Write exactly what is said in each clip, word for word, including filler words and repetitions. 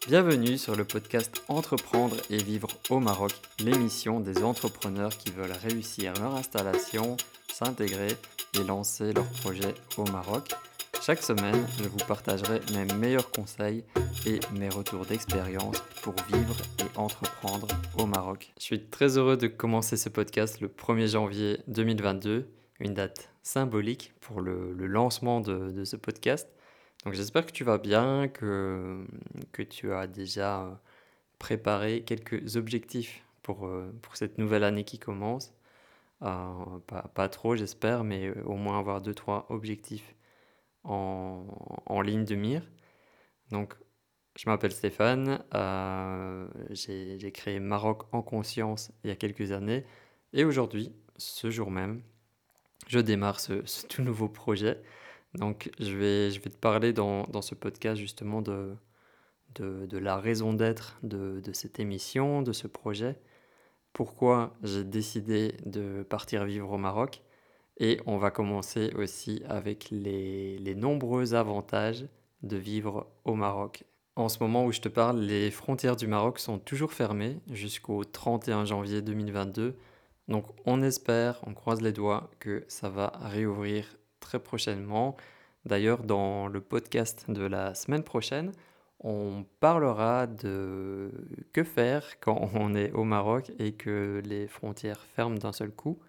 Bienvenue sur le podcast Entreprendre et vivre au Maroc, l'émission des entrepreneurs qui veulent réussir leur installation, s'intégrer et lancer leur projet au Maroc. Chaque semaine, je vous partagerai mes meilleurs conseils et mes retours d'expérience pour vivre et entreprendre au Maroc. Je suis très heureux de commencer ce podcast le premier janvier deux mille vingt-deux, une date symbolique pour le, le lancement de, de ce podcast. Donc j'espère que tu vas bien, que, que tu as déjà euh, préparé quelques objectifs pour, euh, pour cette nouvelle année qui commence. Euh, pas, pas trop j'espère, mais euh, au moins avoir deux, trois objectifs en, en ligne de mire. Donc je m'appelle Stéphane, euh, j'ai, j'ai créé Maroc en conscience il y a quelques années et aujourd'hui, ce jour même, je démarre ce, ce tout nouveau projet. Donc je vais, je vais te parler dans, dans ce podcast justement de, de, de la raison d'être de, de cette émission, de ce projet, pourquoi j'ai décidé de partir vivre au Maroc. Et on va commencer aussi avec les, les nombreux avantages de vivre au Maroc. En ce moment où je te parle, les frontières du Maroc sont toujours fermées jusqu'au trente et un janvier deux mille vingt-deux. Donc on espère, on croise les doigts que ça va réouvrir très prochainement. D'ailleurs, dans le podcast de la semaine prochaine, on parlera de que faire quand on est au Maroc et que les frontières ferment d'un seul coup.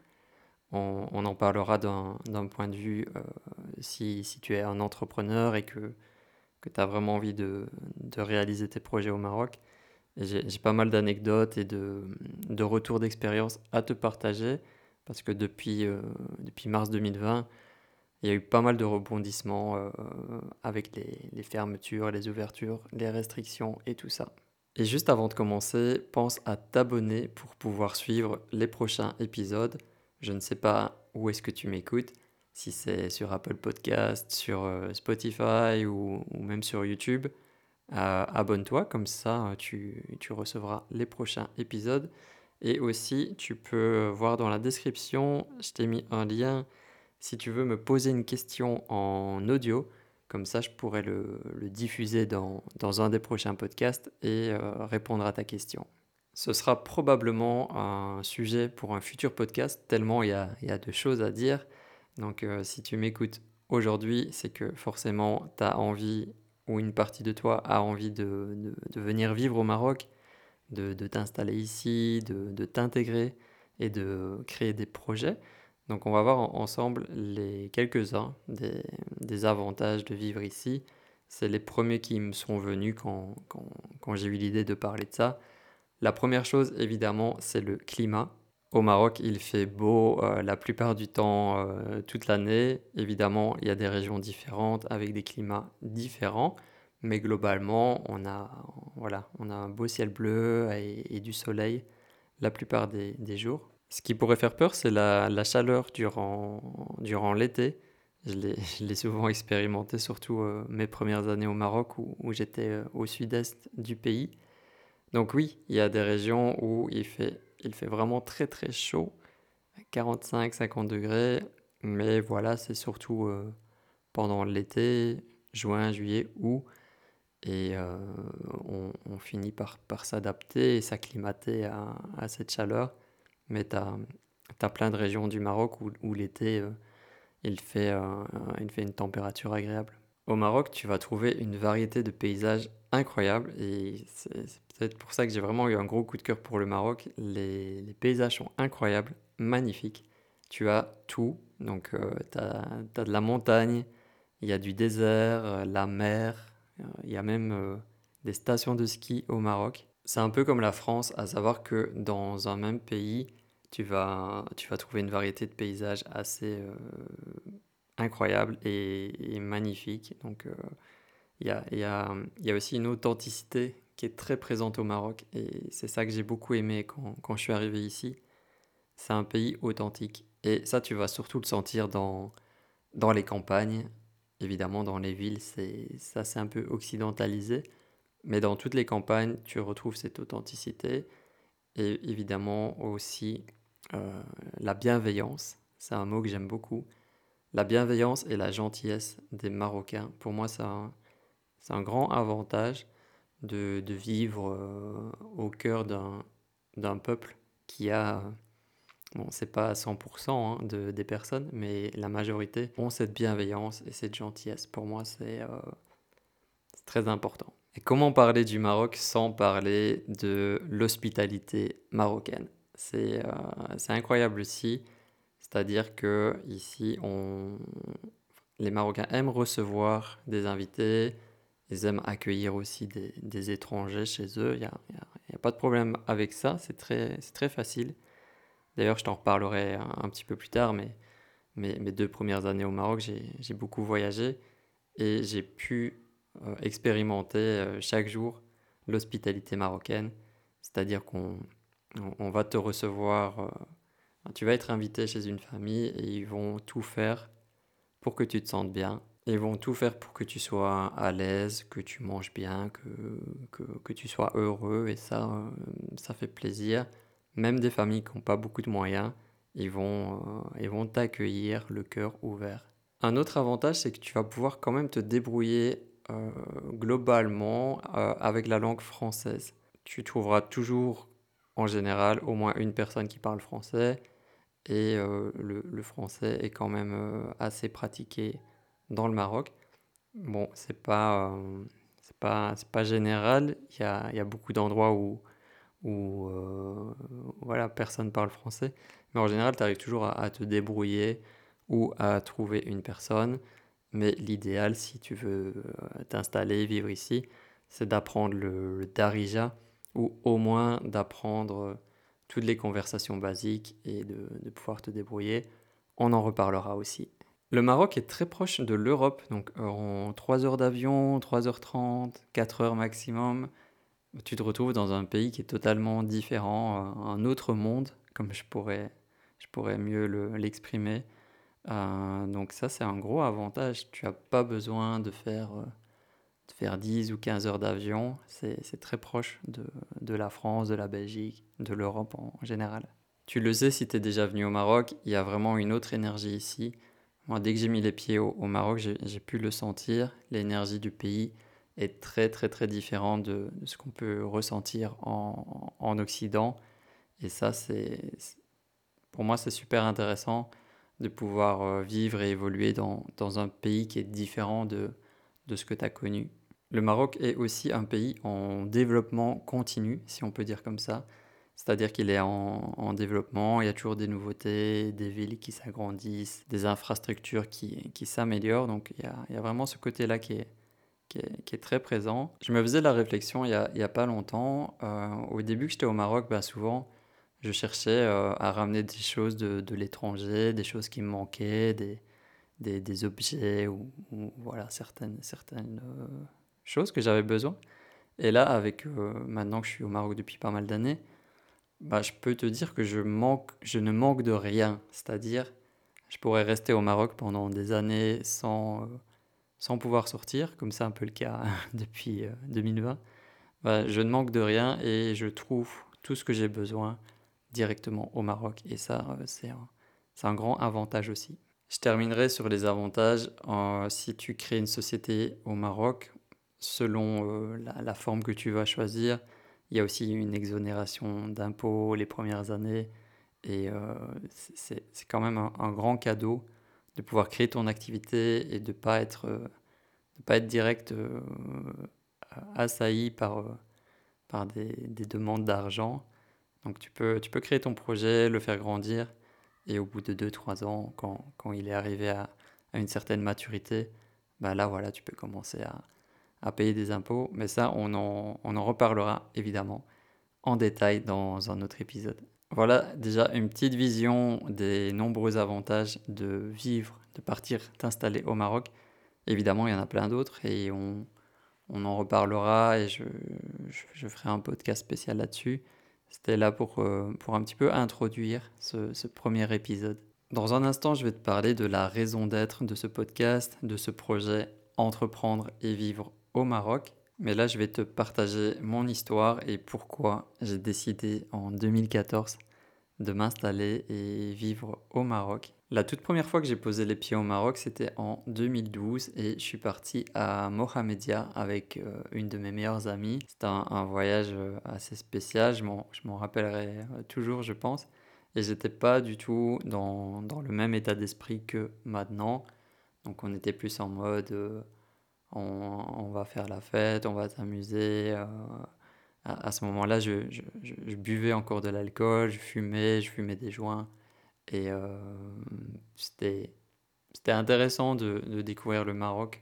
On, on en parlera d'un d'un point de vue euh, si, si tu es un entrepreneur et que, que tu as vraiment envie de, de réaliser tes projets au Maroc. Et J'ai j'ai pas mal d'anecdotes et de, de retours d'expérience à te partager parce que depuis, euh, depuis mars deux mille vingt, il y a eu pas mal de rebondissements euh, avec les, les fermetures, les ouvertures, les restrictions et tout ça. Et juste avant de commencer, pense à t'abonner pour pouvoir suivre les prochains épisodes. Je ne sais pas où est-ce que tu m'écoutes, si c'est sur Apple Podcast, sur euh, Spotify ou, ou même sur YouTube. Euh, abonne-toi, comme ça tu, tu recevras les prochains épisodes. Et aussi, tu peux voir dans la description, je t'ai mis un lien si tu veux me poser une question en audio. Comme ça, je pourrais le, le diffuser dans, dans un des prochains podcasts et euh, répondre à ta question. Ce sera probablement un sujet pour un futur podcast, tellement il y a, il y a de choses à dire. Donc euh, si tu m'écoutes aujourd'hui, c'est que forcément tu as envie, ou une partie de toi a envie de, de, de venir vivre au Maroc, de, de t'installer ici, de, de t'intégrer et de créer des projets. Donc on va voir en- ensemble les quelques-uns des, des avantages de vivre ici. C'est les premiers qui me sont venus quand, quand, quand j'ai eu l'idée de parler de ça. La première chose, évidemment, c'est le climat. Au Maroc, il fait beau euh, la plupart du temps, euh, toute l'année. Évidemment, il y a des régions différentes avec des climats différents, mais globalement, on a, voilà, on a un beau ciel bleu et, et du soleil la plupart des, des jours. Ce qui pourrait faire peur, c'est la, la chaleur durant, durant l'été. Je l'ai, je l'ai souvent expérimenté, surtout euh, mes premières années au Maroc où, où j'étais euh, au sud-est du pays. Donc oui, il y a des régions où il fait, il fait vraiment très très chaud, quarante-cinq cinquante degrés, mais voilà, c'est surtout euh, pendant l'été, juin, juillet, août, et euh, on, on finit par, par s'adapter et s'acclimater à, à cette chaleur. Mais tu as plein de régions du Maroc où, où l'été, euh, il fait, euh, il fait une température agréable. Au Maroc, tu vas trouver une variété de paysages incroyables et c'est c'est peut-être pour ça que j'ai vraiment eu un gros coup de cœur pour le Maroc. Les, les paysages sont incroyables, magnifiques. Tu as tout, donc tu as de la montagne, il y a du désert, euh, la mer, euh, il y a même euh, des stations de ski au Maroc. C'est un peu comme la France, à savoir que dans un même pays, tu vas, tu vas trouver une variété de paysages assez euh, incroyable et, et magnifique. Donc euh, il y a, il y a, il y a aussi une authenticité qui est très présente au Maroc et c'est ça que j'ai beaucoup aimé quand, quand je suis arrivé ici. C'est un pays authentique et ça tu vas surtout le sentir dans, dans les campagnes. Évidemment dans les villes c'est, ça c'est un peu occidentalisé mais dans toutes les campagnes tu retrouves cette authenticité et évidemment aussi euh, la bienveillance. C'est un mot que j'aime beaucoup. La bienveillance et la gentillesse des Marocains, pour moi, c'est un, c'est un grand avantage de, de vivre euh, au cœur d'un, d'un peuple qui a, bon, c'est pas à cent pour cent hein, de, des personnes, mais la majorité ont cette bienveillance et cette gentillesse. Pour moi, c'est euh, c'est très important. Et comment parler du Maroc sans parler de l'hospitalité marocaine? C'est euh, c'est incroyable aussi, c'est-à-dire que ici, on... les Marocains aiment recevoir des invités, ils aiment accueillir aussi des, des étrangers chez eux. Il n'y a, il y a- il y a pas de problème avec ça, c'est très, c'est très facile. D'ailleurs, je t'en reparlerai un, un petit peu plus tard, mais mes, mes deux premières années au Maroc, j'ai, j'ai beaucoup voyagé et j'ai pu euh, expérimenter euh, chaque jour l'hospitalité marocaine. C'est-à-dire qu'on on, on va te recevoir, euh, tu vas être invité chez une famille et ils vont tout faire pour que tu te sentes bien. Ils vont tout faire pour que tu sois à l'aise, que tu manges bien, que, que, que tu sois heureux et ça, euh, ça fait plaisir. Même des familles qui n'ont pas beaucoup de moyens, ils vont, euh, ils vont t'accueillir le cœur ouvert. Un autre avantage, c'est que tu vas pouvoir quand même te débrouiller euh, globalement euh, avec la langue française. Tu trouveras toujours, en général, au moins une personne qui parle français et euh, le, le français est quand même euh, assez pratiqué dans le Maroc. Bon, c'est pas, euh, c'est pas, c'est pas général. Il y a, il y a beaucoup d'endroits où, où euh, voilà, personne parle français. Mais en général, tu arrives toujours à, à te débrouiller ou à trouver une personne. Mais l'idéal, si tu veux euh, t'installer, vivre ici, c'est d'apprendre le, le Darija ou au moins d'apprendre euh, toutes les conversations basiques et de, de pouvoir te débrouiller. On en reparlera aussi. Le Maroc est très proche de l'Europe, donc en trois heures d'avion, trois heures trente, quatre heures maximum, tu te retrouves dans un pays qui est totalement différent, euh, un autre monde, comme je pourrais, je pourrais mieux le- l'exprimer. Euh, donc ça, c'est un gros avantage. Tu n'as pas besoin de faire, euh, de faire dix ou quinze heures d'avion. C'est, c'est très proche de, de la France, de la Belgique, de l'Europe en général. Tu le sais si tu es déjà venu au Maroc, il y a vraiment une autre énergie ici. Moi, dès que j'ai mis les pieds au, au Maroc, j'ai, j'ai pu le sentir. L'énergie du pays est très très très différente de, de ce qu'on peut ressentir en, en Occident. Et ça, c'est, c'est- pour moi, c'est super intéressant de pouvoir euh, vivre et évoluer dans, dans un pays qui est différent de, de ce que tu as connu. Le Maroc est aussi un pays en développement continu, si on peut dire comme ça. C'est-à-dire qu'il est en, en développement, il y a toujours des nouveautés, des villes qui s'agrandissent, des infrastructures qui, qui s'améliorent. Donc il y a, il y a vraiment ce côté-là qui est, qui est, qui est très présent. Je me faisais la réflexion il y a, il y a pas longtemps. Euh, au début que j'étais au Maroc, bah, souvent, je cherchais euh, à ramener des choses de, de l'étranger, des choses qui me manquaient, des, des, des objets ou, ou voilà, certaines, certaines euh, choses que j'avais besoin. Et là, avec euh, maintenant que je suis au Maroc depuis pas mal d'années, bah, je peux te dire que je manque, je ne manque de rien. C'est-à-dire, je pourrais rester au Maroc pendant des années sans, euh, sans pouvoir sortir, comme c'est un peu le cas depuis euh, deux mille vingt. Bah, je ne manque de rien et je trouve tout ce que j'ai besoin directement au Maroc. Et ça, euh, c'est un, c'est un grand avantage aussi. Je terminerai sur les avantages. Euh, si tu crées une société au Maroc, selon euh, la, la forme que tu vas choisir, il y a aussi une exonération d'impôts les premières années. Et euh, c'est c'est quand même un, un grand cadeau de pouvoir créer ton activité et de ne pas être, euh, de pas être direct euh, assailli par, euh, par des, des demandes d'argent. Donc tu peux, tu peux créer ton projet, le faire grandir, et au bout de deux trois ans, quand, quand il est arrivé à, à une certaine maturité, bah là voilà, tu peux commencer à, à payer des impôts. Mais ça, on en, on en reparlera évidemment en détail dans un autre épisode. Voilà déjà une petite vision des nombreux avantages de vivre, de partir t'installer au Maroc. Évidemment, il y en a plein d'autres et on, on en reparlera et je, je, je ferai un podcast spécial là-dessus. C'était là pour, euh, pour un petit peu introduire ce, ce premier épisode. Dans un instant, je vais te parler de la raison d'être de ce podcast, de ce projet Entreprendre et vivre au Maroc. Mais là, je vais te partager mon histoire et pourquoi j'ai décidé en deux mille quatorze de m'installer et vivre au Maroc. La toute première fois que j'ai posé les pieds au Maroc, c'était en deux mille douze et je suis parti à Mohamedia avec euh, une de mes meilleures amies. C'était un, un voyage euh, assez spécial, je m'en, je m'en rappellerai euh, toujours, je pense. Et j'étais pas du tout dans, dans le même état d'esprit que maintenant. Donc on était plus en mode, euh, on, on va faire la fête, on va s'amuser. euh, à, à ce moment-là, je, je, je- je buvais encore de l'alcool, je fumais, je fumais des joints. Et euh, c'était, c'était intéressant de, de découvrir le Maroc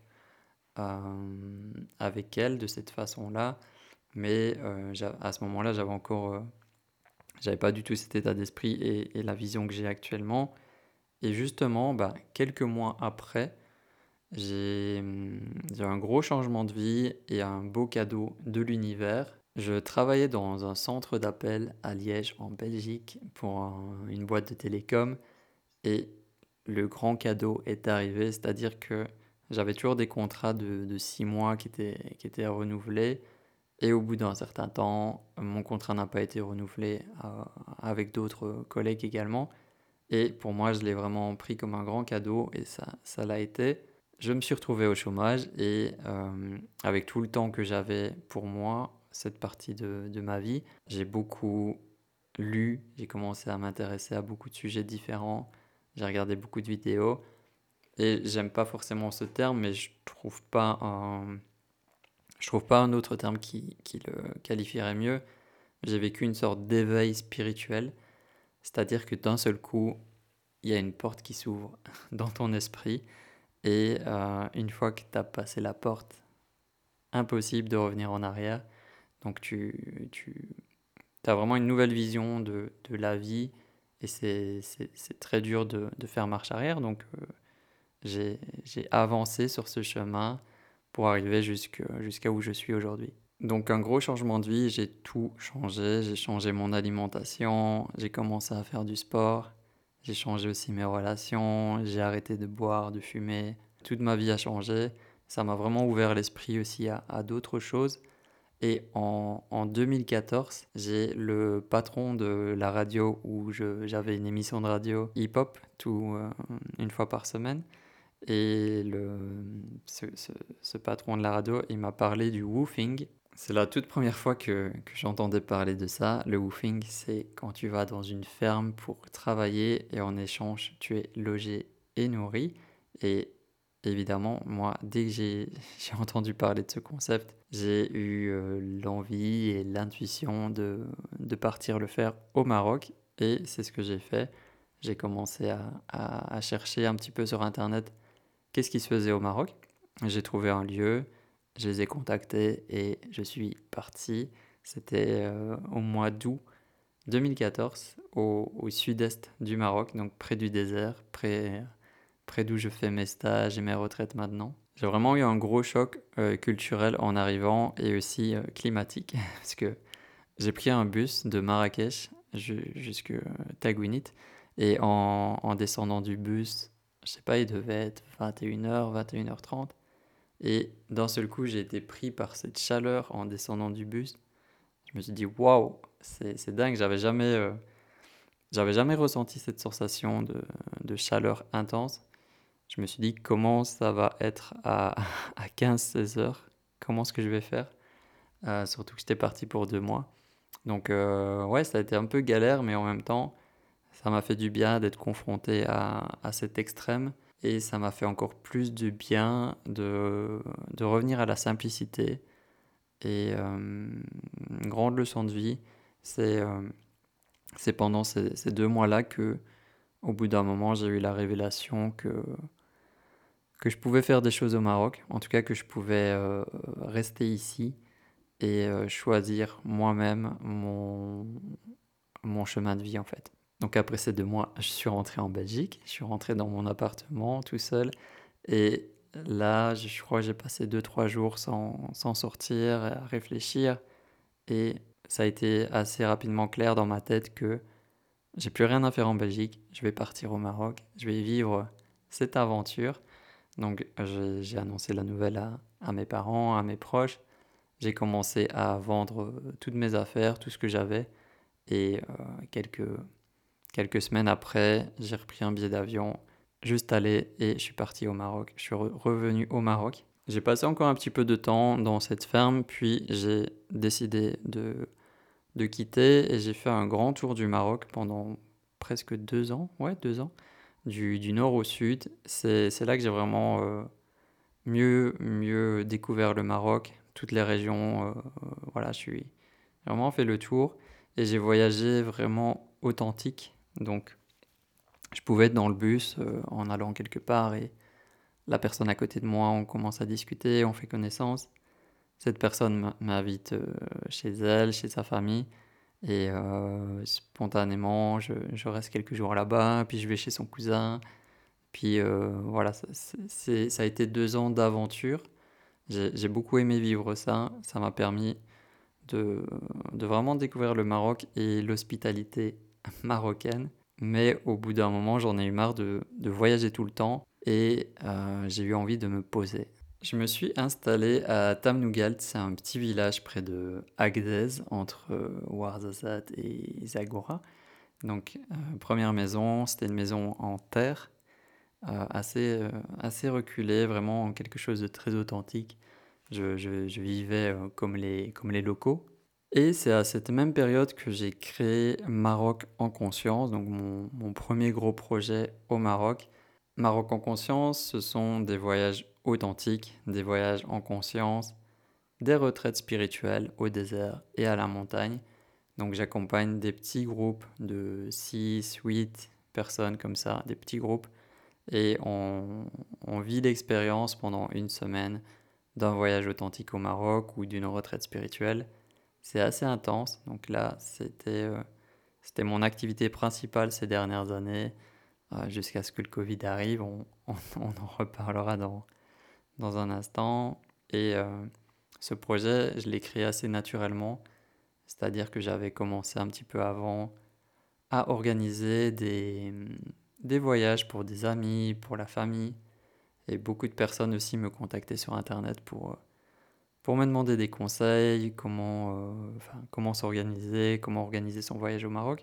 euh, avec elle de cette façon-là. Mais euh, j'a- à ce moment-là, j'avais encore, euh, j'avais pas du tout cet état d'esprit et, et la vision que j'ai actuellement. Et justement, bah, quelques mois après, j'ai hum, j'ai eu un gros changement de vie et un beau cadeau de l'univers. Je travaillais dans un centre d'appel à Liège, en Belgique, pour un- une boîte de télécom. Et le grand cadeau est arrivé, c'est-à-dire que j'avais toujours des contrats de, de six mois qui étaient, qui étaient renouvelés. Et au bout d'un certain temps, mon contrat n'a pas été renouvelé euh, avec d'autres collègues également. Et pour moi, je l'ai vraiment pris comme un grand cadeau et ça, ça l'a été. Je me suis retrouvé au chômage et euh, avec tout le temps que j'avais pour moi, cette partie de, de ma vie, j'ai beaucoup lu, j'ai commencé à m'intéresser à beaucoup de sujets différents, j'ai regardé beaucoup de vidéos et j'aime pas forcément ce terme, mais je trouve pas un, je trouve pas un autre terme qui, qui le qualifierait mieux. J'ai vécu une sorte d'éveil spirituel, c'est-à-dire que d'un seul coup, il y a une porte qui s'ouvre dans ton esprit et euh, une fois que tu as passé la porte, impossible de revenir en arrière. Donc tu, tu as vraiment une nouvelle vision de, de la vie et c'est, c'est, c'est très dur de, de faire marche arrière. Donc euh, j'ai, j'ai avancé sur ce chemin pour arriver jusque, jusqu'à où je suis aujourd'hui. Donc un gros changement de vie, j'ai tout changé, j'ai changé mon alimentation, j'ai commencé à faire du sport, j'ai changé aussi mes relations, j'ai arrêté de boire, de fumer, toute ma vie a changé, ça m'a vraiment ouvert l'esprit aussi à, à d'autres choses. Et en, en deux mille quatorze, j'ai le patron de la radio où je- j'avais une émission de radio hip-hop tout, euh, une fois par semaine. Et le, ce, ce- ce patron de la radio, il m'a parlé du woofing. C'est la toute première fois que, que j'entendais parler de ça. Le woofing, c'est quand tu vas dans une ferme pour travailler et en échange, tu es logé et nourri. Et évidemment, moi, dès que j'ai j'ai entendu parler de ce concept, j'ai eu euh, l'envie et l'intuition de, de partir le faire au Maroc. Et c'est ce que j'ai fait. J'ai commencé à, à- à chercher un petit peu sur Internet qu'est-ce qui se faisait au Maroc. J'ai trouvé un lieu, je les ai contactés et je suis parti. C'était euh, au mois d'août deux mille quatorze, au, au sud-est du Maroc, donc près du désert, près, près d'où je fais mes stages et mes retraites maintenant. J'ai vraiment eu un gros choc euh, culturel en arrivant et aussi euh, climatique, parce que j'ai pris un bus de Marrakech ju- jusque Tagounit et en, en descendant du bus, je sais pas, il devait être vingt et une heures, vingt et une heures trente. Et d'un seul coup, j'ai été pris par cette chaleur en descendant du bus. Je me suis dit, waouh, c'est, c'est dingue, j'avais jamais, euh, j'avais jamais ressenti cette sensation de, de chaleur intense. Je me suis dit, comment ça va être à, à quinze seize heures? Comment est-ce que je vais faire? Euh, surtout que j'étais parti pour deux mois. Donc euh, ouais, ça a été un peu galère, mais en même temps, ça m'a fait du bien d'être confronté à, à cet extrême. Et ça m'a fait encore plus du bien de, de revenir à la simplicité. Et euh, une grande leçon de vie, c'est euh, c'est pendant ces, ces deux mois-là que, au bout d'un moment, j'ai eu la révélation que, que je pouvais faire des choses au Maroc. En tout cas, que je pouvais euh, rester ici et euh, choisir moi-même mon, mon chemin de vie en fait. Donc après ces deux mois, je suis rentré en Belgique, je suis rentré dans mon appartement tout seul et là, je crois que j'ai passé deux trois jours sans, sans sortir, à réfléchir et ça a été assez rapidement clair dans ma tête que j'ai plus rien à faire en Belgique, je vais partir au Maroc, je vais vivre cette aventure. Donc j'ai j'ai annoncé la nouvelle à, à mes parents, à mes proches. J'ai commencé à vendre toutes mes affaires, tout ce que j'avais et euh, quelques, quelques semaines après, j'ai repris un billet d'avion, juste aller et je suis parti au Maroc. Je suis re- revenu au Maroc. J'ai passé encore un petit peu de temps dans cette ferme, puis j'ai décidé de, de quitter et j'ai fait un grand tour du Maroc pendant presque deux ans. Ouais, deux ans. Du, du nord au sud. C'est, c'est là que j'ai vraiment euh, mieux, mieux découvert le Maroc, toutes les régions. Euh, euh, voilà, je suis j'ai vraiment fait le tour et j'ai voyagé vraiment authentique. Donc, je pouvais être dans le bus euh, en allant quelque part et la personne à côté de moi, on commence à discuter, on fait connaissance. Cette personne m'a- m'invite euh, chez elle, chez sa famille. Et euh, spontanément, je, je reste quelques jours là-bas, puis je vais chez son cousin. Puis euh, voilà, ça, c'est- c'est- ça a été deux ans d'aventure. J'ai j'ai beaucoup aimé vivre ça. Ça m'a permis de, de vraiment découvrir le Maroc et l'hospitalité marocaine. Mais au bout d'un moment, j'en ai eu marre de, de voyager tout le temps et euh, j'ai eu envie de me poser. Je me suis installé à Tamnougalt, c'est un petit village près de Agdez, entre euh, Ouarzazate et Zagora. Donc, euh, première maison, c'était une maison en terre, euh, assez, euh, assez reculée, vraiment quelque chose de très authentique. Je, je- je vivais euh, comme les, comme les locaux. Et c'est à cette même période que j'ai créé Maroc en conscience, donc mon, mon premier gros projet au Maroc. Maroc en conscience, ce sont des voyages authentiques, des voyages en conscience, des retraites spirituelles au désert et à la montagne. Donc j'accompagne des petits groupes de six, huit personnes comme ça, des petits groupes, et on, on vit l'expérience pendant une semaine d'un voyage authentique au Maroc ou d'une retraite spirituelle. C'est assez intense. Donc là, c'était euh, c'était mon activité principale ces dernières années, euh, jusqu'à ce que le Covid arrive. On, on, on en reparlera dans, dans un instant. Et euh, ce projet, je l'ai créé assez naturellement. C'est-à-dire que j'avais commencé un petit peu avant à organiser des, des voyages pour des amis, pour la famille. Et beaucoup de personnes aussi me contactaient sur Internet pour, euh, pour me demander des conseils, comment, euh, enfin, comment s'organiser, comment organiser son voyage au Maroc.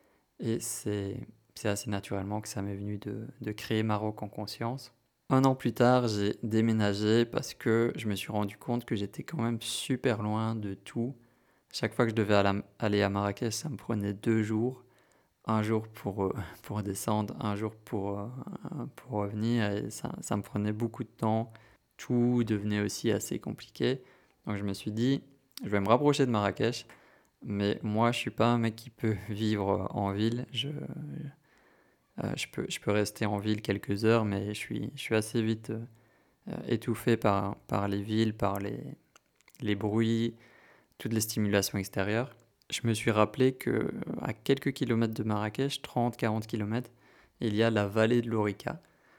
Et c'est, c'est assez naturellement que ça m'est venu de, de créer Maroc en conscience. Un an plus tard, j'ai déménagé parce que je me suis rendu compte que j'étais quand même super loin de tout. Chaque fois que je devais aller à Marrakech, ça me prenait deux jours. Un jour pour, euh, pour descendre, un jour pour, euh, pour revenir. Et ça, ça me prenait beaucoup de temps. Tout devenait aussi assez compliqué. Donc je me suis dit, je vais me rapprocher de Marrakech. Mais moi, je suis pas un mec qui peut vivre en ville. Je, euh, je peux, je peux rester en ville quelques heures, mais je suis, je suis assez vite euh, étouffé par, par les villes, par les, les bruits, toutes les stimulations extérieures. Je me suis rappelé que à quelques kilomètres de Marrakech, trente à quarante kilomètres, il y a la vallée de l'Orica.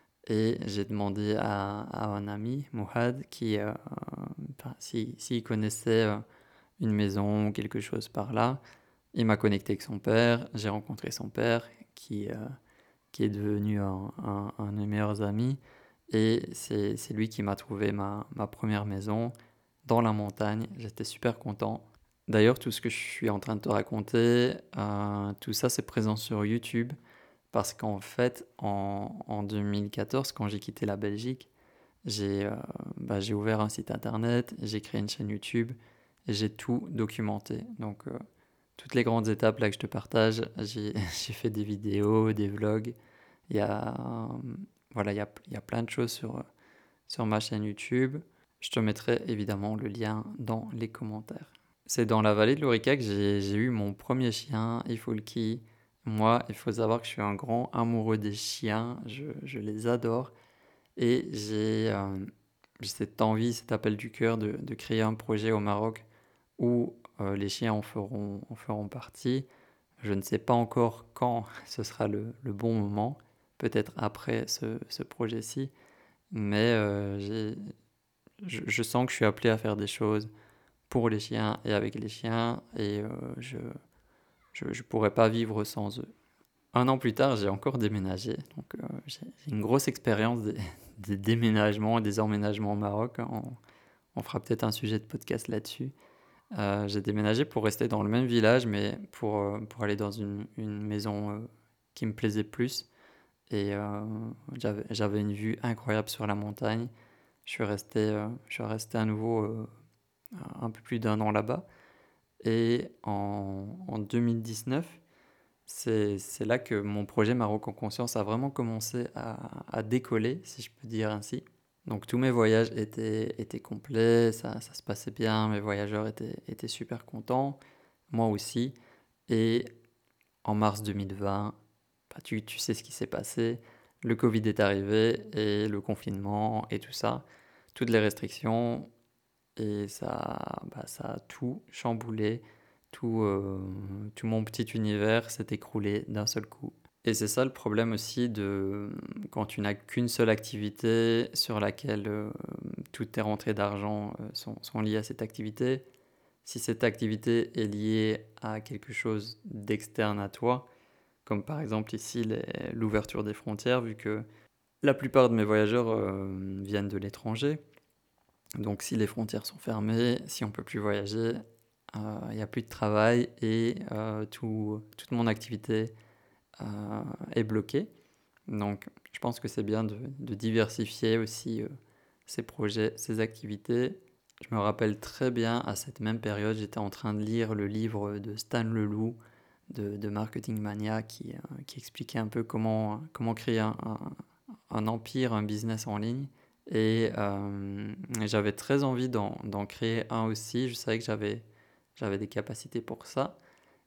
Et j'ai demandé à, à un ami, Mouhad, qui, euh, enfin, si, s'il connaissait euh, une maison ou quelque chose par là. Il m'a connecté avec son père. J'ai rencontré son père, qui, euh, qui est devenu un, un, un de mes meilleurs amis. Et c'est, c'est lui qui m'a trouvé ma, ma première maison dans la montagne. J'étais super content. D'ailleurs, tout ce que je suis en train de te raconter, euh, tout ça c'est présent sur YouTube parce qu'en fait, en, en deux mille quatorze, quand j'ai quitté la Belgique, j'ai euh, bah, j'ai ouvert un site internet, j'ai créé une chaîne YouTube et j'ai tout documenté. Donc, euh, toutes les grandes étapes là que je te partage, j'ai j'ai fait des vidéos, des vlogs. Il y a, euh, voilà, il y a, il y a plein de choses sur, sur ma chaîne YouTube. Je te mettrai évidemment le lien dans les commentaires. C'est dans la vallée de l'Orica que j'ai j'ai eu mon premier chien, Ifulki. Moi, il faut savoir que je suis un grand amoureux des chiens, je, je les adore. Et j'ai euh, j'ai cette envie, cet appel du cœur de, de créer un projet au Maroc où euh, les chiens en feront, en feront partie. Je ne sais pas encore quand ce sera le, le bon moment, peut-être après ce, ce projet-ci, mais euh, j'ai- je, je sens que je suis appelé à faire des choses pour les chiens et avec les chiens, et euh, je je ne pourrais pas vivre sans eux. Un an plus tard, j'ai encore déménagé, donc euh, j'ai j'ai une grosse expérience des, des déménagements et des emménagements au Maroc. On, on fera peut-être un sujet de podcast là-dessus. Euh, j'ai déménagé pour rester dans le même village, mais pour, euh, pour aller dans une, une maison euh, qui me plaisait plus. Et euh, j'avais, j'avais une vue incroyable sur la montagne. Je suis resté, euh, je suis resté à nouveau euh, un peu plus d'un an là-bas. Et en, en deux mille dix-neuf, c'est, c'est là que mon projet Maroc en conscience a vraiment commencé à, à décoller, si je peux dire ainsi. Donc tous mes voyages étaient, étaient complets, ça, ça se passait bien, mes voyageurs étaient, étaient super contents, moi aussi. Et en mars deux mille vingt, bah, tu, tu sais ce qui s'est passé, le Covid est arrivé et le confinement et tout ça, toutes les restrictions, et ça, bah, ça a tout chamboulé, tout, euh, tout mon petit univers s'est écroulé d'un seul coup. Et c'est ça le problème aussi de quand tu n'as qu'une seule activité sur laquelle euh, toutes tes rentrées d'argent euh, sont, sont liées à cette activité. Si cette activité est liée à quelque chose d'externe à toi, comme par exemple ici les- l'ouverture des frontières, vu que la plupart de mes voyageurs euh, viennent de l'étranger. Donc si les frontières sont fermées, si on ne peut plus voyager, euh, il n'y a plus de travail et euh, tout, toute mon activité euh, est bloquée. Donc je pense que c'est bien de, de diversifier aussi euh, ses projets, ses activités. Je me rappelle très bien, à cette même période, j'étais en train de lire le livre de Stan Leloup de, de Marketing Mania qui, euh, qui expliquait un peu comment, comment créer un, un, un empire, un business en ligne. Et euh, j'avais très envie d'en, d'en créer un aussi. Je savais que j'avais, j'avais des capacités pour ça.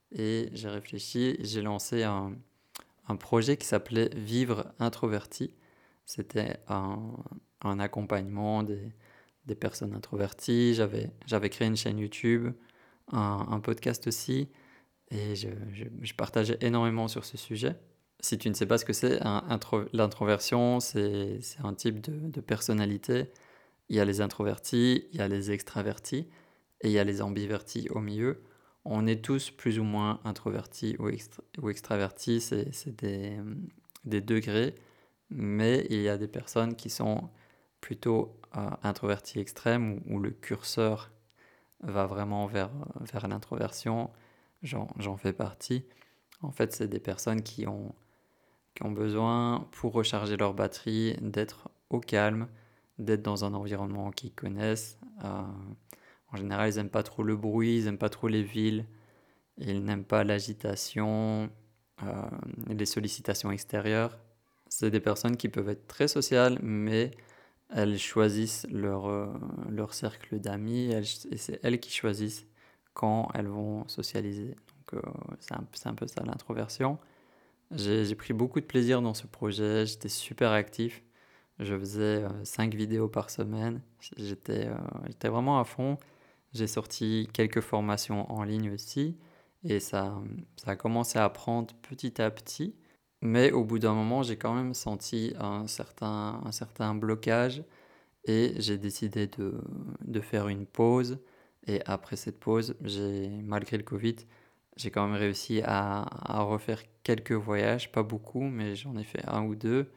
Et j'ai réfléchi, j'ai lancé un, un projet qui s'appelait Vivre introverti. C'était un, un accompagnement des, des personnes introverties. J'avais, j'avais créé une chaîne YouTube, un, un podcast aussi, et je, je, je partageais énormément sur ce sujet. Si tu ne sais pas ce que c'est, un, intro, l'introversion, c'est, c'est un type de, de personnalité. Il y a les introvertis, il y a les extravertis, et il y a les ambivertis au milieu. On est tous plus ou moins introvertis ou, extra, ou extravertis, c'est, c'est des, des degrés, mais il y a des personnes qui sont plutôt euh, introvertis extrêmes où, où le curseur va vraiment vers, vers l'introversion. J'en, j'en fais partie. En fait, c'est des personnes qui ont, qui ont besoin, pour recharger leur batterie, d'être au calme, d'être dans un environnement qu'ils connaissent. Euh, en général, ils n'aiment pas trop le bruit, ils n'aiment pas trop les villes, ils n'aiment pas l'agitation, euh, les sollicitations extérieures. C'est des personnes qui peuvent être très sociales, mais elles choisissent leur, euh, leur cercle d'amis elles, et c'est elles qui choisissent quand elles vont socialiser. Donc euh, c'est, un, c'est un peu ça l'introversion. J'ai, j'ai pris beaucoup de plaisir dans ce projet, j'étais super actif. Je faisais euh, cinq vidéos par semaine, j'étais, euh, j'étais vraiment à fond. J'ai sorti quelques formations en ligne aussi et ça, ça a commencé à prendre petit à petit. Mais au bout d'un moment, j'ai quand même senti un certain, un certain blocage et j'ai décidé de, de faire une pause. Et après cette pause, j'ai, malgré le Covid, j'ai quand même réussi à, à refaire quelques voyages, pas beaucoup, mais j'en ai fait un ou deux.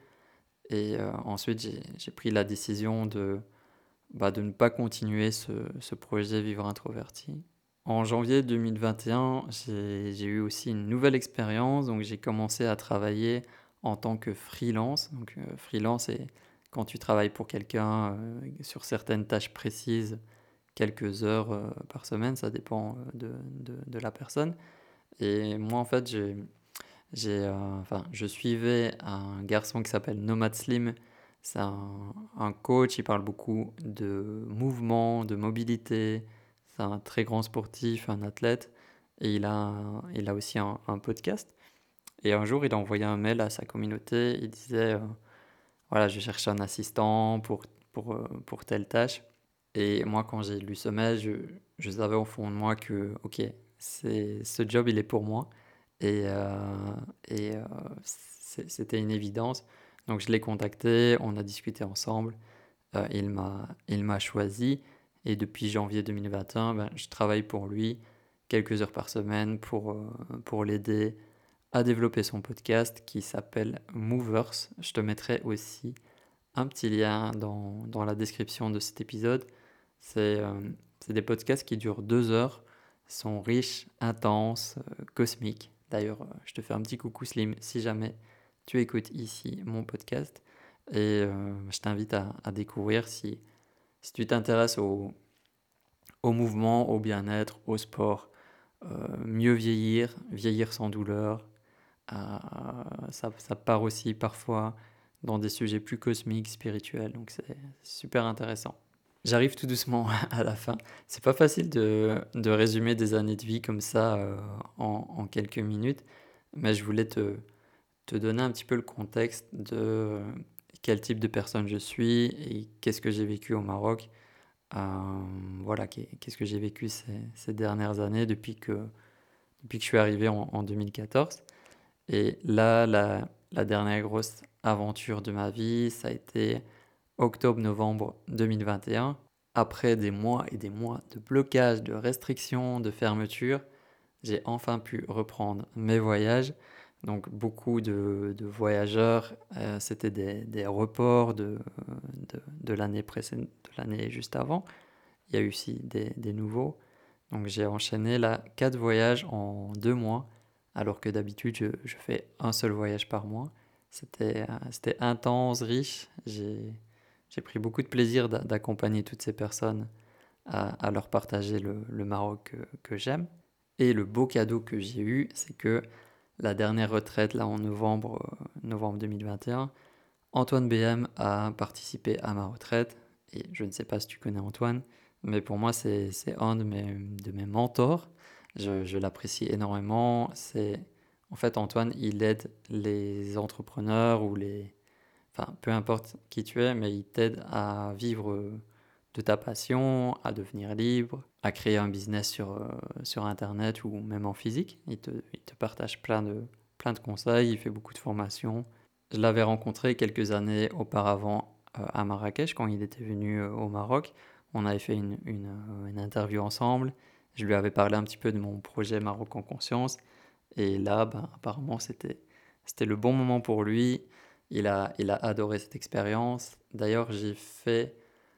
Et euh, ensuite, j'ai, j'ai pris la décision de, bah, de ne pas continuer ce, ce projet Vivre Introverti. En janvier deux mille vingt et un, j'ai, j'ai eu aussi une nouvelle expérience. Donc, j'ai commencé à travailler en tant que freelance. Donc, euh, freelance, c'est quand tu travailles pour quelqu'un euh, sur certaines tâches précises, quelques heures euh, par semaine, ça dépend euh, de, de, de la personne. Et moi, en fait, j'ai, j'ai, euh, enfin, je suivais un garçon qui s'appelle Nomad Slim. C'est un, un coach, il parle beaucoup de mouvement, de mobilité. C'est un très grand sportif, un athlète. Et il a, il a aussi un, un podcast. Et un jour, il a envoyé un mail à sa communauté. Il disait, euh, voilà, je cherche un assistant pour, pour, euh, pour telle tâche. Et moi, quand j'ai lu ce mail, je, je savais au fond de moi que, ok, c'est, ce job, il est pour moi. Et, euh, et euh, c'est- c'était une évidence. Donc je l'ai contacté, on a discuté ensemble. Euh, il m'a, il m'a choisi. Et depuis janvier deux mille vingt et un, ben, je travaille pour lui quelques heures par semaine pour, euh, pour l'aider à développer son podcast qui s'appelle Movers. Je te mettrai aussi un petit lien dans, dans la description de cet épisode. C'est euh, c'est des podcasts qui durent deux heures, sont riches, intenses, euh, cosmiques. D'ailleurs, euh, je te fais un petit coucou Slim si jamais tu écoutes ici mon podcast. Et euh, je t'invite à, à découvrir si, si tu t'intéresses au, au mouvement, au bien-être, au sport, euh, mieux vieillir, vieillir sans douleur. Euh, ça, ça part aussi parfois dans des sujets plus cosmiques, spirituels, donc c'est super intéressant. J'arrive tout doucement à la fin. C'est pas facile de, de résumer des années de vie comme ça euh, en, en quelques minutes, mais je voulais te, te donner un petit peu le contexte de euh, quel type de personne je suis et qu'est-ce que j'ai vécu au Maroc. Euh, voilà, qu'est-ce que j'ai vécu ces, ces dernières années depuis que, depuis que je suis arrivé en, en deux mille quatorze. Et là, la, la dernière grosse aventure de ma vie, ça a été octobre-novembre deux mille vingt et un. Après des mois et des mois de blocage, de restrictions, de fermeture, j'ai enfin pu reprendre mes voyages. Donc beaucoup de, de voyageurs, euh, c'était des, des reports de, de, de l'année précédente, de l'année juste avant. Il y a eu aussi des, des nouveaux. Donc j'ai enchaîné là quatre voyages en deux mois, alors que d'habitude je, je fais un seul voyage par mois. C'était, euh, c'était intense, riche. J'ai, j'ai pris beaucoup de plaisir d'a- d'accompagner toutes ces personnes à, à leur partager le, le Maroc que, que j'aime. Et le beau cadeau que j'ai eu, c'est que la dernière retraite, là en novembre, euh, novembre deux mille vingt et un, Antoine B M a participé à ma retraite. Et je ne sais pas si tu connais Antoine, mais pour moi, c'est, c'est un de mes, de mes mentors. Je, je l'apprécie énormément. C'est, en fait, Antoine, il aide les entrepreneurs ou les... Enfin, peu importe qui tu es, mais il t'aide à vivre de ta passion, à devenir libre, à créer un business sur, euh, sur Internet ou même en physique. Il te, il te partage plein de, plein de conseils, il fait beaucoup de formations. Je l'avais rencontré quelques années auparavant euh, à Marrakech quand il était venu euh, au Maroc. On avait fait une, une, euh, une interview ensemble. Je lui avais parlé un petit peu de mon projet Maroc en conscience. Et là, ben, apparemment, c'était, c'était le bon moment pour lui. Il a, il a adoré cette expérience. D'ailleurs, j'ai fait,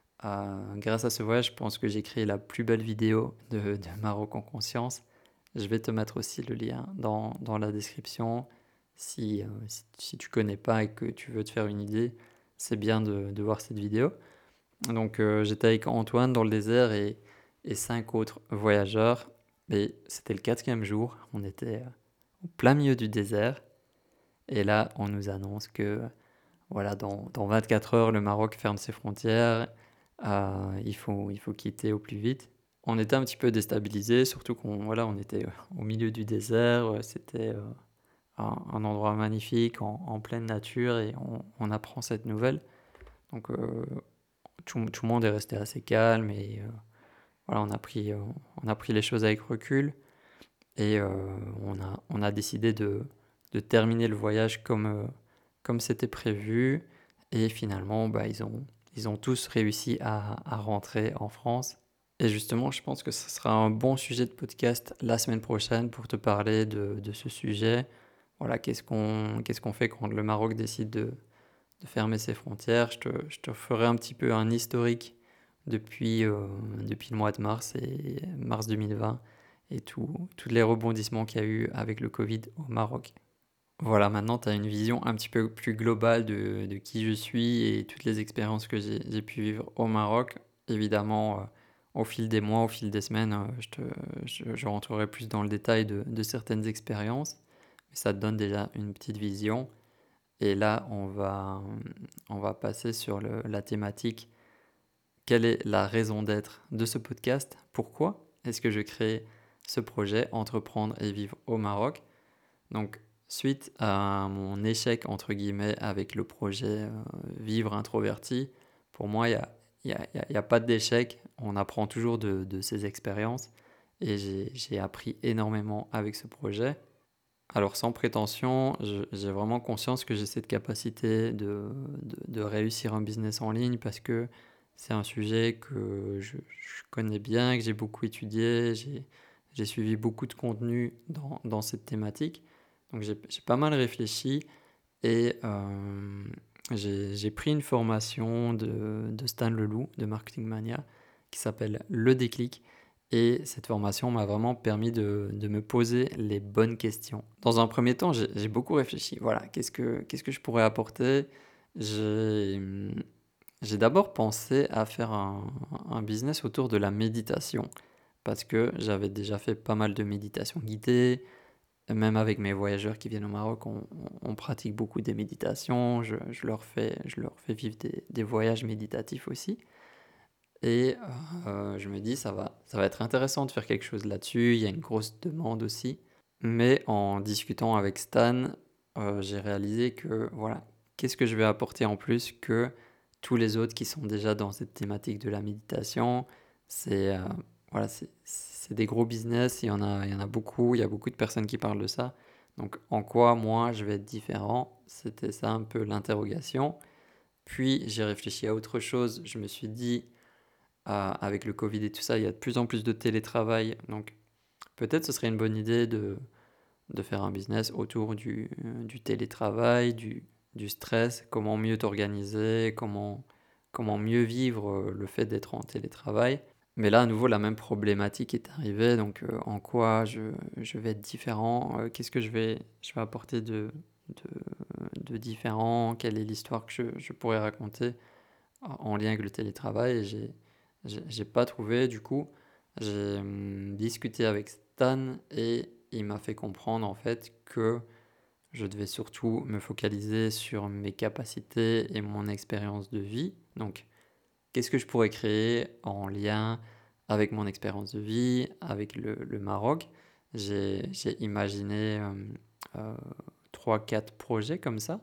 euh, grâce à ce voyage, je pense que j'ai créé la plus belle vidéo de, de Maroc en conscience. Je vais te mettre aussi le lien dans, dans la description. Si, euh, si, si tu connais pas et que tu veux te faire une idée, c'est bien de, de voir cette vidéo. Donc euh, j'étais avec Antoine dans le désert et, et cinq autres voyageurs. Et c'était le quatrième jour. On était euh, au plein milieu du désert. Et là, on nous annonce que voilà, dans, dans vingt-quatre heures, le Maroc ferme ses frontières. Euh, il faut, il faut quitter au plus vite. On était un petit peu déstabilisés, surtout qu'on voilà, on était au milieu du désert. euh, C'était euh, un, un endroit magnifique, en, en pleine nature, et on, on apprend cette nouvelle. Donc euh, tout, tout le monde est resté assez calme et euh, voilà, on a pris, euh, on a pris les choses avec recul et euh, on a, on a décidé de, de terminer le voyage comme, euh, comme c'était prévu. Et finalement, bah, ils ont, ils ont tous réussi à, à rentrer en France. Et justement, je pense que ce sera un bon sujet de podcast la semaine prochaine pour te parler de, de ce sujet. Voilà, qu'est-ce qu'on, qu'est-ce qu'on fait quand le Maroc décide de, de fermer ses frontières. Je te, je te ferai un petit peu un historique depuis, euh, depuis le mois de mars et mars deux mille vingt et tout, tous les rebondissements qu'il y a eu avec le Covid au Maroc. Voilà, maintenant tu as une vision un petit peu plus globale de, de qui je suis et toutes les expériences que j'ai, j'ai pu vivre au Maroc. Évidemment, euh, au fil des mois, au fil des semaines, euh, je, te, je, je rentrerai plus dans le détail de, de certaines expériences, mais ça te donne déjà une petite vision. Et là, on va, on va passer sur le- la thématique. Quelle est la raison d'être de ce podcast? Pourquoi est-ce que je crée ce projet, entreprendre et vivre au Maroc? Donc, suite à mon échec, entre guillemets, avec le projet euh, Vivre introverti, pour moi, il n'y a, il y a, il y a- il y a pas d'échec. On apprend toujours de, de ses expériences. Et j'ai j'ai appris énormément avec ce projet. Alors sans prétention, je- j'ai vraiment conscience que j'ai cette capacité de, de- de réussir un business en ligne parce que c'est un sujet que je, je connais bien, que j'ai beaucoup étudié, j'ai, j'ai suivi beaucoup de contenu dans, dans cette thématique. Donc j'ai, j'ai pas mal réfléchi et euh, j'ai, j'ai pris une formation de, de Stan Leloup, de Marketing Mania, qui s'appelle Le Déclic. Et cette formation m'a vraiment permis de de me poser les bonnes questions. Dans un premier temps, j'ai j'ai beaucoup réfléchi. Voilà, qu'est-ce que qu'est-ce que je pourrais apporter? J'ai, mmh, j'ai d'abord pensé à faire un un business autour de la méditation parce que j'avais déjà fait pas mal de méditation guidée. Même avec mes voyageurs qui viennent au Maroc, on on on pratique beaucoup des méditations. Je je leur fais je leur fais vivre des des voyages méditatifs aussi. Et heu, je me dis: «Ça va ça va être intéressant de faire quelque chose là-dessus». Il y a une grosse demande aussi. Mais en discutant avec Stan, heu, j'ai réalisé que, voilà, qu'est-ce que je vais apporter en plus que tous les autres qui sont déjà dans cette thématique de la méditation? C'est, heu, voilà, c'est c'est des gros business, il y en a il y en a beaucoup, il y a beaucoup de personnes qui parlent de ça. Donc en quoi moi je vais être différent? C'était ça un peu l'interrogation. Puis j'ai réfléchi à autre chose, je me suis dit: «Ah, avec le covid et tout ça, il y a de plus en plus de télétravail, donc peut-être ce serait une bonne idée de de faire un business autour du, du télétravail, du, du stress, comment mieux t'organiser, comment, comment mieux vivre euh, le fait d'être en télétravail. Mais là, à nouveau, la même problématique est arrivée. Donc, euh, en quoi je, je vais être différent? euh, Qu'est-ce que je vais, je vais apporter de, de, de différent? Quelle est l'histoire que je, je pourrais raconter en en lien avec le télétravail? Et j'ai, j'ai, j'ai pas trouvé. Du coup, j'ai hum, discuté avec Stan et il m'a fait comprendre en fait que je devais surtout me focaliser sur mes capacités et mon expérience de vie. Donc, qu'est-ce que je pourrais créer en lien avec mon expérience de vie, avec le, le Maroc? J'ai, j'ai imaginé euh, euh, trois, quatre projets comme ça.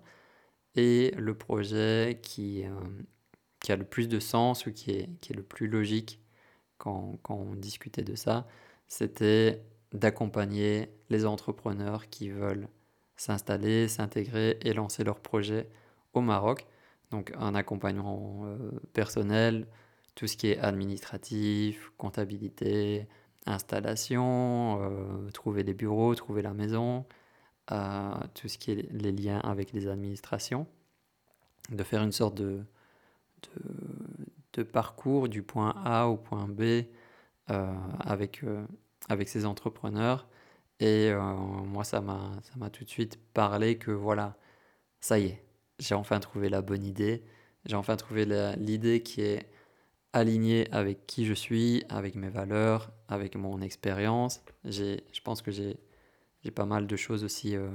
Et le projet qui, euh, qui a le plus de sens ou qui est, qui est le plus logique quand, quand on discutait de ça, c'était d'accompagner les entrepreneurs qui veulent s'installer, s'intégrer et lancer leur projet au Maroc. Donc un accompagnement euh, personnel, tout ce qui est administratif, comptabilité, installation, euh, trouver des bureaux, trouver la maison, euh, tout ce qui est les liens avec les administrations, de faire une sorte de, de, de parcours du point A au point B euh, avec, euh, avec ces entrepreneurs. Et euh, moi, ça m'a, ça m'a tout de suite parlé que voilà, ça y est, j'ai enfin trouvé la bonne idée. J'ai enfin trouvé la- l'idée qui est alignée avec qui je suis, avec mes valeurs, avec mon expérience. J'ai, je pense que j'ai, j'ai pas mal de choses aussi euh,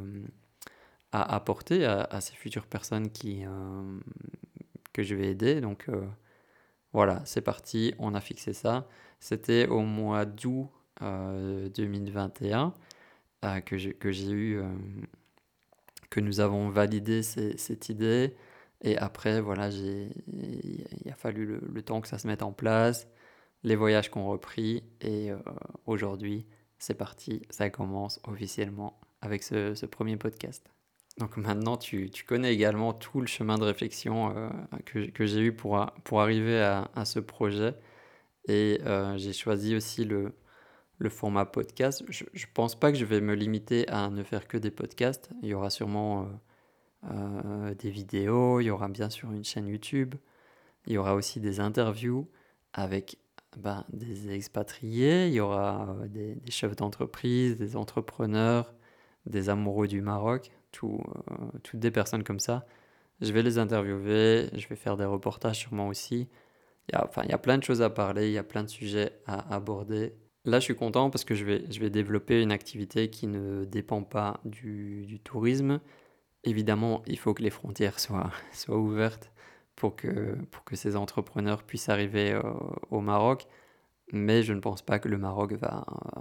à apporter à, à ces futures personnes qui, euh, que je vais aider. Donc euh, voilà, c'est parti, on a fixé ça. C'était au mois d'août euh, deux mille vingt et un euh, que j'ai que j'ai eu, euh, que nous avons validé ces- cette idée. Et après, voilà, j'ai, il a fallu le, le temps que ça se mette en place, les voyages qu'on repris. Et euh, aujourd'hui, c'est parti, ça commence officiellement avec ce, ce premier podcast. Donc maintenant, tu, tu connais également tout le chemin de réflexion euh, que, que j'ai eu pour, a- pour arriver à, à ce projet. Et euh, j'ai choisi aussi le, le format podcast. Je ne pense pas que je vais me limiter à ne faire que des podcasts. Il y aura sûrement euh, euh, des vidéos, il y aura bien sûr une chaîne YouTube, il y aura aussi des interviews avec ben, des expatriés, il y aura euh, des, des chefs d'entreprise, des entrepreneurs, des amoureux du Maroc, tout, euh, toutes des personnes comme ça. Je vais les interviewer, je vais faire des reportages sûrement aussi. Il y a, enfin, il y a plein de choses à parler, il y a plein de sujets à aborder. Là, je suis content parce que je vais, je vais développer une activité qui ne dépend pas du, du tourisme. Évidemment, il faut que les frontières soient, soient ouvertes pour que, pour que ces entrepreneurs puissent arriver euh, au Maroc. Mais je ne pense pas que le Maroc va,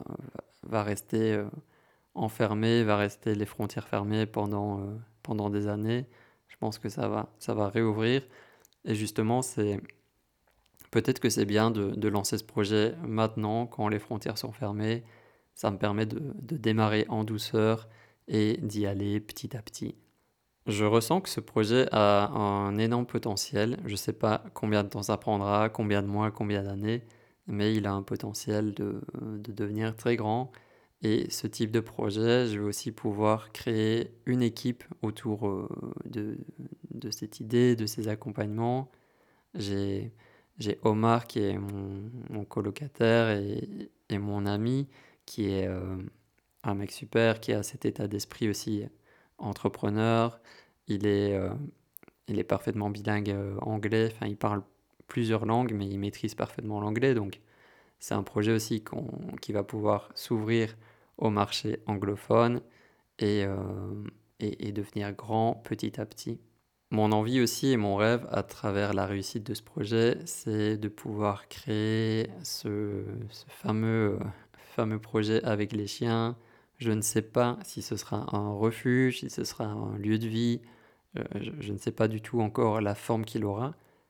va rester euh, enfermé, va rester les frontières fermées pendant, euh, pendant des années. Je pense que ça va, ça va réouvrir. Et justement, c'est peut-être que c'est bien de, de lancer ce projet maintenant, quand les frontières sont fermées. Ça me permet de, de démarrer en douceur et d'y aller petit à petit. Je ressens que ce projet a un énorme potentiel. Je ne sais pas combien de temps ça prendra, combien de mois, combien d'années, mais il a un potentiel de, de devenir très grand. Et ce type de projet, je vais aussi pouvoir créer une équipe autour euh, de, de cette idée, de ces accompagnements. J'ai, j'ai Omar qui est mon, mon colocataire et et mon ami qui est euh, un mec super, qui a cet état d'esprit aussi entrepreneur. Il est, euh, il est parfaitement bilingue euh, anglais, enfin il parle plusieurs langues, mais il maîtrise parfaitement l'anglais, donc c'est un projet aussi qu'on, qui va pouvoir s'ouvrir au marché anglophone et, euh, et, et devenir grand petit à petit. Mon envie aussi et mon rêve à travers la réussite de ce projet, c'est de pouvoir créer ce, ce fameux, euh, fameux projet avec les chiens. Je ne sais pas si ce sera un refuge, si ce sera un lieu de vie. Euh, je, je ne sais pas du tout encore la forme qu'il aura,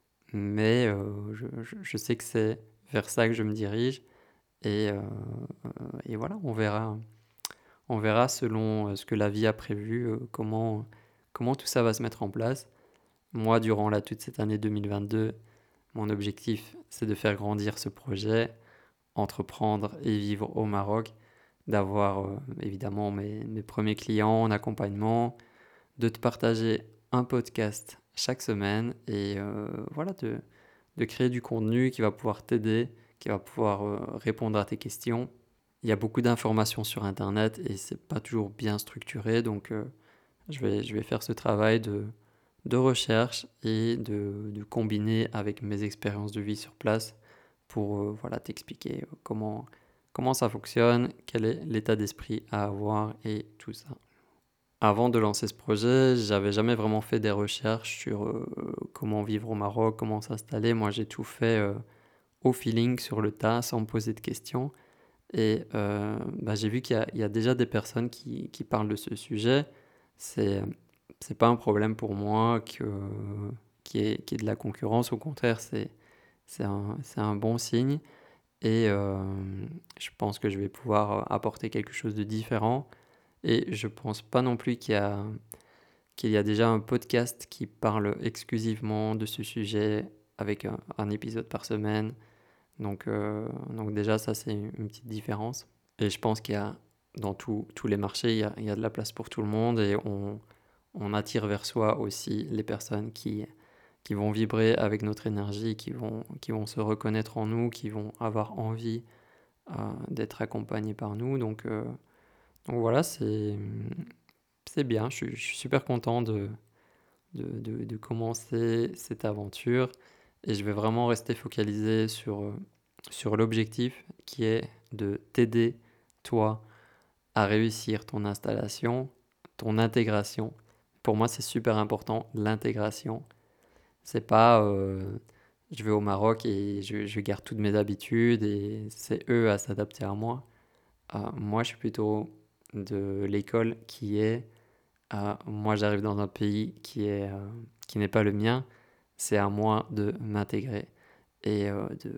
mais euh, je, je- je sais que c'est vers ça que je me dirige. Et, euh, et voilà, on verra, on verra selon euh, ce que la vie a prévu, euh, comment, comment tout ça va se mettre en place. Moi, durant là, toute cette année deux mille vingt-deux, mon objectif, c'est de faire grandir ce projet, entreprendre et vivre au Maroc, d'avoir euh, évidemment mes, mes premiers clients en accompagnement, de te partager un podcast chaque semaine et euh, voilà, de, de créer du contenu qui va pouvoir t'aider, qui va pouvoir euh, répondre à tes questions. Il y a beaucoup d'informations sur Internet et c'est pas toujours bien structuré, donc euh, je vais, je vais faire ce travail de, de recherche et de, de combiner avec mes expériences de vie sur place pour euh, voilà, t'expliquer euh, comment, comment ça fonctionne, quel est l'état d'esprit à avoir et tout ça. Avant de lancer ce projet, j'avais jamais vraiment fait des recherches sur euh, comment vivre au Maroc, comment s'installer. Moi, j'ai tout fait euh, au feeling, sur le tas, sans me poser de questions. Et euh, bah, j'ai vu qu'il y a, il y a déjà des personnes qui, qui parlent de ce sujet. C'est, c'est pas un problème pour moi que, qu'il y ait, qu'il y ait de la concurrence. Au contraire, c'est, c'est un, c'est un bon signe. Et euh, je pense que je vais pouvoir apporter quelque chose de différent. Et je pense pas non plus qu'il y a, qu'il y a déjà un podcast qui parle exclusivement de ce sujet avec un, un épisode par semaine. Donc, euh, donc déjà, ça, c'est une petite différence. Et je pense qu'il y a, dans tous tous les marchés, il y a, il y a de la place pour tout le monde et on, on attire vers soi aussi les personnes qui, qui vont vibrer avec notre énergie, qui vont, qui vont se reconnaître en nous, qui vont avoir envie euh, d'être accompagnés par nous. Donc, euh, donc voilà, c'est, c'est bien. Je, suis je suis super content de, de, de, de commencer cette aventure et je vais vraiment rester focalisé sur, euh, sur l'objectif qui est de t'aider, toi, à réussir ton installation, ton intégration. Pour moi, c'est super important, l'intégration. C'est pas euh, je vais au Maroc et je, je garde toutes mes habitudes et c'est eux à s'adapter à moi. Euh, moi, je suis plutôt de l'école qui est euh, moi, j'arrive dans un pays qui est, euh, qui n'est pas le mien. C'est à moi de m'intégrer et euh, de,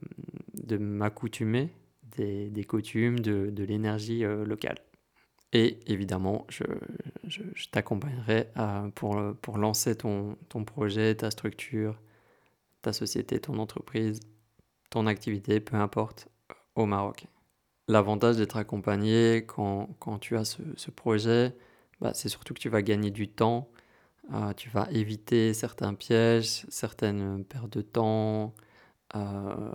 de m'accoutumer des, des coutumes, de, de l'énergie euh, locale. Et évidemment, je, je, je t'accompagnerai euh, pour, pour lancer ton, ton projet, ta structure, ta société, ton entreprise, ton activité, peu importe, au Maroc. L'avantage d'être accompagné quand, quand tu as ce, ce projet, bah, c'est surtout que tu vas gagner du temps. Euh, tu vas éviter certains pièges, certaines pertes de temps, euh,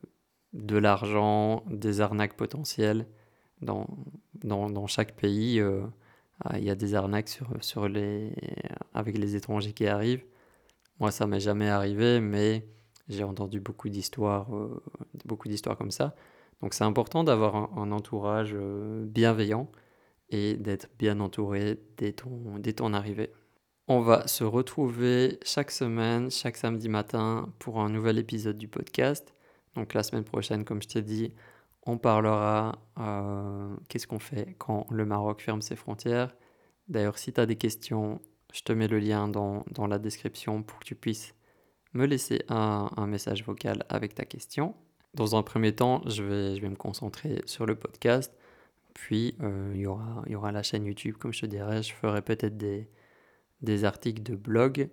de l'argent, des arnaques potentielles. Dans, dans, dans chaque pays, euh, euh, il y a des arnaques sur, sur les, avec les étrangers qui arrivent. Moi, ça m'est jamais arrivé, mais j'ai entendu beaucoup d'histoires, euh, beaucoup d'histoires comme ça. Donc, c'est important d'avoir un, un entourage euh, bienveillant et d'être bien entouré dès ton, dès ton arrivée. On va se retrouver chaque semaine, chaque samedi matin pour un nouvel épisode du podcast. Donc la semaine prochaine, comme je t'ai dit, on parlera euh, qu'est-ce qu'on fait quand le Maroc ferme ses frontières. D'ailleurs, si tu as des questions, je te mets le lien dans, dans la description pour que tu puisses me laisser un, un message vocal avec ta question. Dans un premier temps, je vais, je vais me concentrer sur le podcast. Puis, euh, il y aura, il y aura la chaîne YouTube, comme je te dirais. Je ferai peut-être des des articles de blog.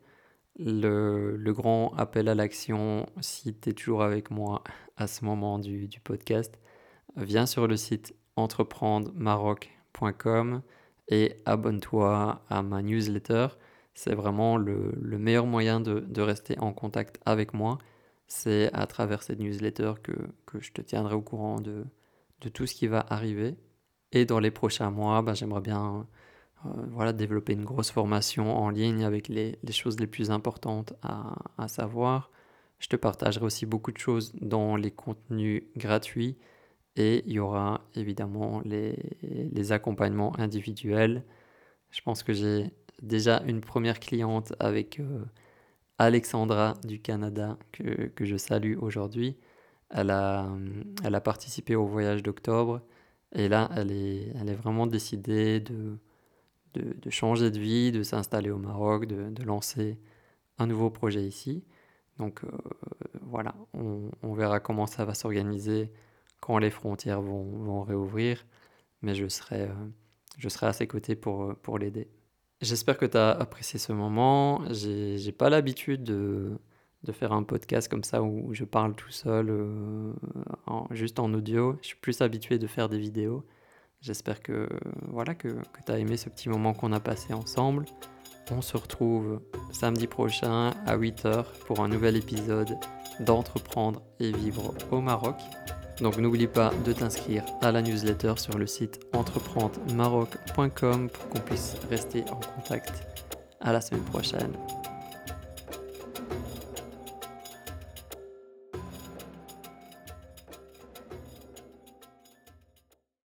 Le, le grand appel à l'action, si tu es toujours avec moi à ce moment du, du podcast, viens sur le site entreprendre maroc point com et abonne-toi à ma newsletter. C'est vraiment le, le meilleur moyen de, de rester en contact avec moi. C'est à travers cette newsletter que, que je te tiendrai au courant de, de tout ce qui va arriver. Et dans les prochains mois, ben, j'aimerais bien euh, voilà, développer une grosse formation en ligne avec les, les choses les plus importantes à, à savoir. Je te partagerai aussi beaucoup de choses dans les contenus gratuits et il y aura évidemment les, les accompagnements individuels. Je pense que j'ai déjà une première cliente avec euh, Alexandra du Canada que, que je salue aujourd'hui. Elle a, elle a participé au voyage d'octobre et là, elle est, elle est vraiment décidée de, de, de changer de vie, de s'installer au Maroc, de, de lancer un nouveau projet ici. Donc euh, voilà, on, on verra comment ça va s'organiser quand les frontières vont, vont réouvrir, mais je serai, euh, je serai à ses côtés pour, pour l'aider. J'espère que tu as apprécié ce moment. J'ai, j'ai pas l'habitude de, de faire un podcast comme ça où je parle tout seul, euh, en, juste en audio. Je suis plus habitué de faire des vidéos. J'espère que, voilà, que, que tu as aimé ce petit moment qu'on a passé ensemble. On se retrouve samedi prochain à huit heures pour un nouvel épisode d'Entreprendre et vivre au Maroc. Donc n'oublie pas de t'inscrire à la newsletter sur le site entreprendre maroc point com pour qu'on puisse rester en contact. À la semaine prochaine.